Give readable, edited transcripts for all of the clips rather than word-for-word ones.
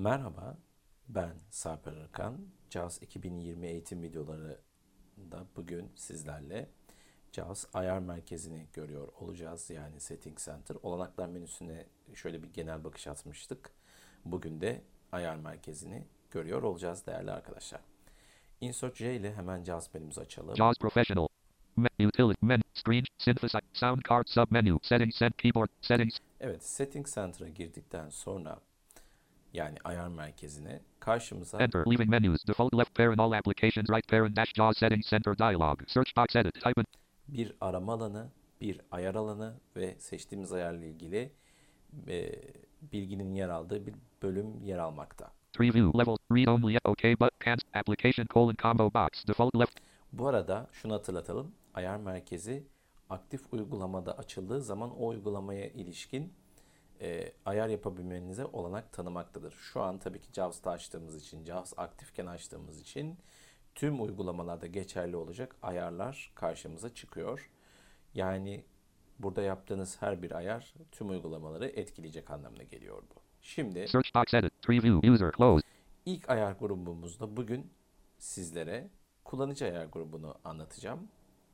Merhaba, ben Sarper Arıkan. JAWS 2020 eğitim videolarında bugün sizlerle JAWS ayar merkezini görüyor olacağız. Yani Setting Center. Olanaklar menüsüne şöyle bir genel bakış atmıştık. Bugün de ayar merkezini görüyor olacağız değerli arkadaşlar. Insert J ile hemen JAWS menümüzü açalım. JAWS Professional. Utility. Screen. Synthesize. Sound card submenu. Settings. Set keyboard. Settings. Evet, Setting Center'a girdikten sonra yani ayar merkezine karşımıza Enter. Leaving menus. Default left parent all applications. Right parent dash JAWS settings center dialog. Search box edit. Type in. bir arama alanı, bir ayar alanı ve seçtiğimiz ayarla ilgili bilginin yer aldığı bir bölüm yer almakta. Preview level. Read only. OK but can't. Application colon combo box. Default left. Bu arada şunu hatırlatalım. Ayar merkezi aktif uygulamada açıldığı zaman o uygulamaya ilişkin ayar yapabilmenize olanak tanımaktadır. Şu an tabii ki JAWS'ta açtığımız için, JAWS aktifken açtığımız için tüm uygulamalarda geçerli olacak ayarlar karşımıza çıkıyor. Yani burada yaptığınız her bir ayar tüm uygulamaları etkileyecek anlamına geliyor bu. Şimdi Search box edit. Preview. User close. ilk ayar grubumuzda bugün sizlere kullanıcı ayar grubunu anlatacağım.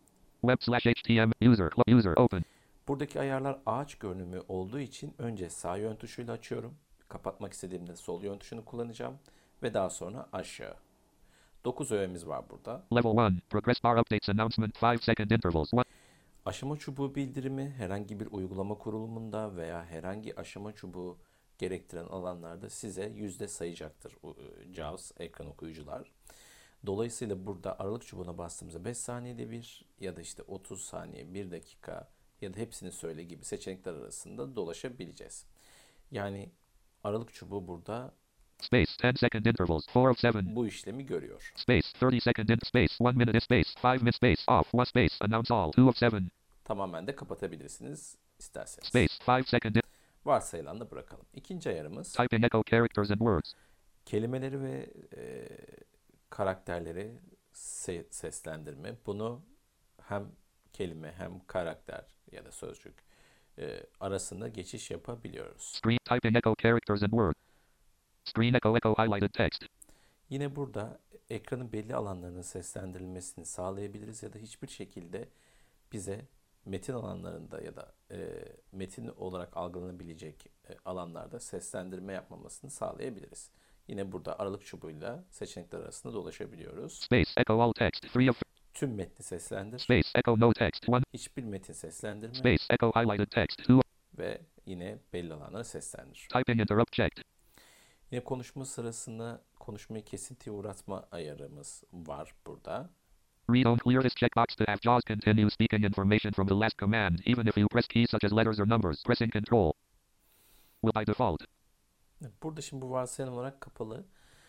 Web/htm. User open. Buradaki ayarlar ağaç görünümü olduğu için önce sağ yön tuşuyla açıyorum. Kapatmak istediğimde sol yön tuşunu kullanacağım ve daha sonra aşağı. 9 öğemiz var burada. Level 1. Progress bar updates announcement 5 second intervals. 1. Aşama çubuğu bildirimi herhangi bir uygulama kurulumunda veya herhangi aşama çubuğu gerektiren alanlarda size yüzde sayacaktır JAWS ekran okuyucular. Dolayısıyla burada aralık çubuğuna bastığımızda 5 saniyede bir ya da işte 30 saniye, 1 dakika ya da hepsini söyle gibi seçenekler arasında dolaşabileceğiz. Yani aralık çubuğu burada Space 10 second intervals 4 of 7. bu işlemi görüyor. Space 30 second in space 1 minute space 5 minute space off 1 space announce all 2 of 7. Tamamen de kapatabilirsiniz isterseniz. Space 5 second in. Varsayılan da bırakalım. İkinci ayarımız Typing echo characters and words. kelimeleri ve karakterleri seslendirme. Bunu hem kelime hem karakter ya da sözcük arasında geçiş yapabiliyoruz. Screen typing echo characters and words. Screen echo highlighted text. Yine burada ekranın belli alanlarının seslendirilmesini sağlayabiliriz ya da hiçbir şekilde bize metin alanlarında ya da metin olarak algılanabilecek alanlarda seslendirme yapmamasını sağlayabiliriz. Yine burada aralık çubuğuyla seçenekler arasında dolaşabiliyoruz. Space echo all text 3 of. Tüm metni seslendir. Space echo no text 1. Hiçbir metin seslendirme. Space echo highlighted text 2. Ve yine belli alanları seslendir. Typing interrupt checked. Yine konuşma sırasında konuşmayı kesintiye uğratma ayarımız var burada. Read only clear this checkbox to have JAWS continue speaking information from the last command, even if you press keys such as letters or numbers. Pressing control will by default. Burada şimdi bu varsayılan olarak kapalı.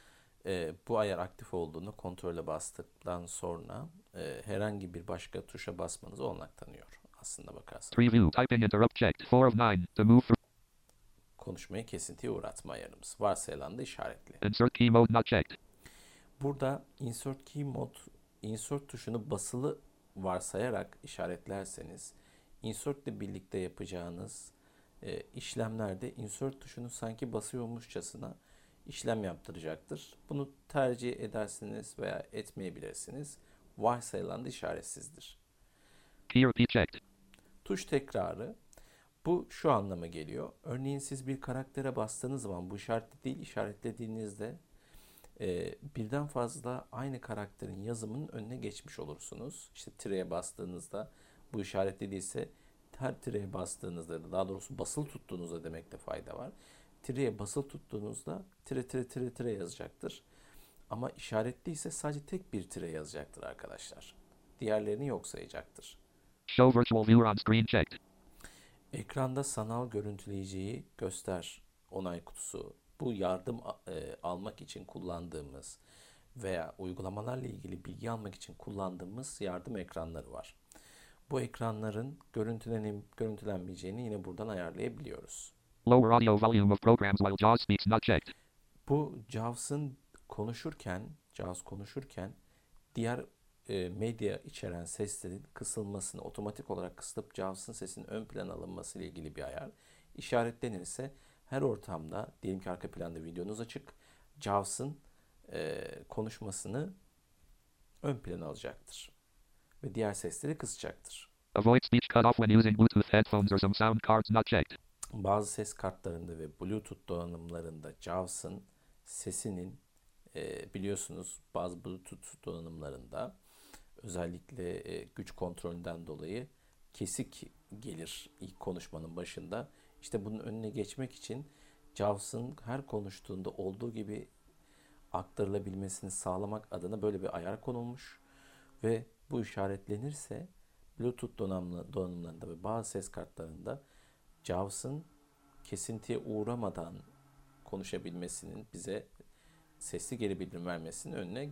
Bu ayar aktif olduğunda kontrole bastıktan sonra herhangi bir başka tuşa basmanızı olanak tanıyor aslında bakarsanız. Preview typing interrupt checked 4 of 9 to move through. Konuşmayı kesintiye uğratma ayarımız. Varsayılan da işaretli. Insert key mode not checked. Burada insert key mode, insert tuşunu basılı varsayarak işaretlerseniz insert ile birlikte yapacağınız işlemlerde insert tuşunu sanki basıyormuşçasına işlem yaptıracaktır. Bunu tercih edersiniz veya etmeyebilirsiniz. Varsayılan da işaretsizdir. Key repeat checked. Tuş tekrarı. Bu şu anlama geliyor. Örneğin siz bir karaktere bastığınız zaman bu işaretli değil, işaretlediğinizde birden fazla aynı karakterin yazımının önüne geçmiş olursunuz. İşte tireye bastığınızda bu işaretli değilse her tireye bastığınızda, daha doğrusu basılı tuttuğunuzda demekte fayda var. Tireye basılı tuttuğunuzda tire yazacaktır. Ama işaretliyse sadece tek bir tire yazacaktır arkadaşlar. Diğerlerini yok sayacaktır. Show virtual viewer on screen checked. Ekranda sanal görüntüleyiciyi göster onay kutusu. Bu yardım almak için kullandığımız veya uygulamalarla ilgili bilgi almak için kullandığımız yardım ekranları var. Bu ekranların görüntülenmeyeceğini yine buradan ayarlayabiliyoruz. Lower audio volume of programs while JAWS speaks not checked. Bu JAWS konuşurken diğer medya içeren seslerin kısılmasını otomatik olarak kısılıp JAWS'ın sesinin ön plana alınması ile ilgili bir ayar. İşaretlenirse her ortamda, diyelim ki arka planda videonuz açık, JAWS'ın konuşmasını ön plana alacaktır. Ve diğer sesleri kısacaktır. Avoid speech cutoff when using Bluetooth headphones or some sound cards not checked. Bazı ses kartlarında ve Bluetooth donanımlarında JAWS'ın sesinin biliyorsunuz bazı Bluetooth donanımlarında özellikle güç kontrolünden dolayı kesik gelir ilk konuşmanın başında. İşte bunun önüne geçmek için JAWS'ın her konuştuğunda olduğu gibi aktarılabilmesini sağlamak adına böyle bir ayar konulmuş ve bu işaretlenirse Bluetooth donanımlarında ve bazı ses kartlarında JAWS'ın kesintiye uğramadan konuşabilmesinin, bize sesli geri bildirim vermesinin önüne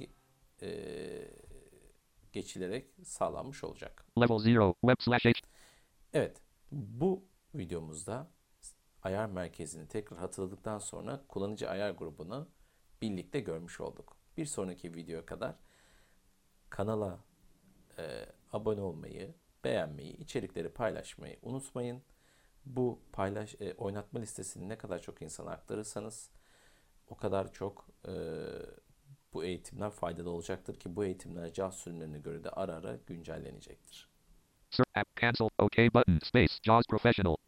geçilerek sağlanmış olacak. Level 0, web/h. Evet, bu videomuzda ayar merkezini tekrar hatırladıktan sonra kullanıcı ayar grubunu birlikte görmüş olduk. Bir sonraki videoya kadar kanala abone olmayı, beğenmeyi, içerikleri paylaşmayı unutmayın. Bu oynatma listesini ne kadar çok insana aktarırsanız o kadar çok bu eğitimler faydalı olacaktır ki bu eğitimler JAWS sürümlerine göre de ara ara güncellenecektir. App cancel. OK button. Space. JAWS Professional.